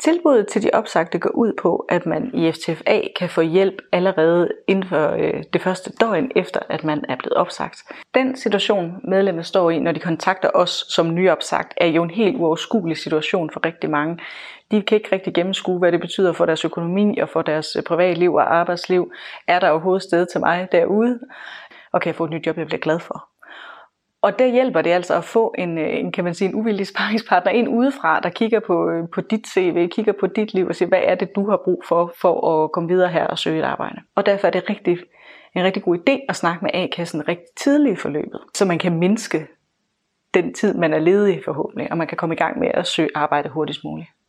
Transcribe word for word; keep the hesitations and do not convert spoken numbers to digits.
Tilbuddet til de opsagte går ud på, at man i F T F A kan få hjælp allerede inden for øh, det første døgn efter, at man er blevet opsagt. Den situation, medlemmet står i, når de kontakter os som nyopsagt, er jo en helt uoverskuelig situation for rigtig mange. De kan ikke rigtig gennemskue, hvad det betyder for deres økonomi og for deres privatliv og arbejdsliv. Er der overhovedet sted til mig derude? Og kan jeg få et nyt job, jeg bliver glad for? Og der hjælper det altså at få en, en, kan man sige, en uvildig sparringspartner ind udefra, der kigger på, på dit C V, kigger på dit liv og siger, hvad er det, du har brug for, for at komme videre her og søge et arbejde. Og derfor er det rigtig, en rigtig god idé at snakke med A-kassen rigtig tidligt i forløbet, så man kan mindske den tid, man er ledig forhåbentlig, og man kan komme i gang med at søge arbejde hurtigst muligt.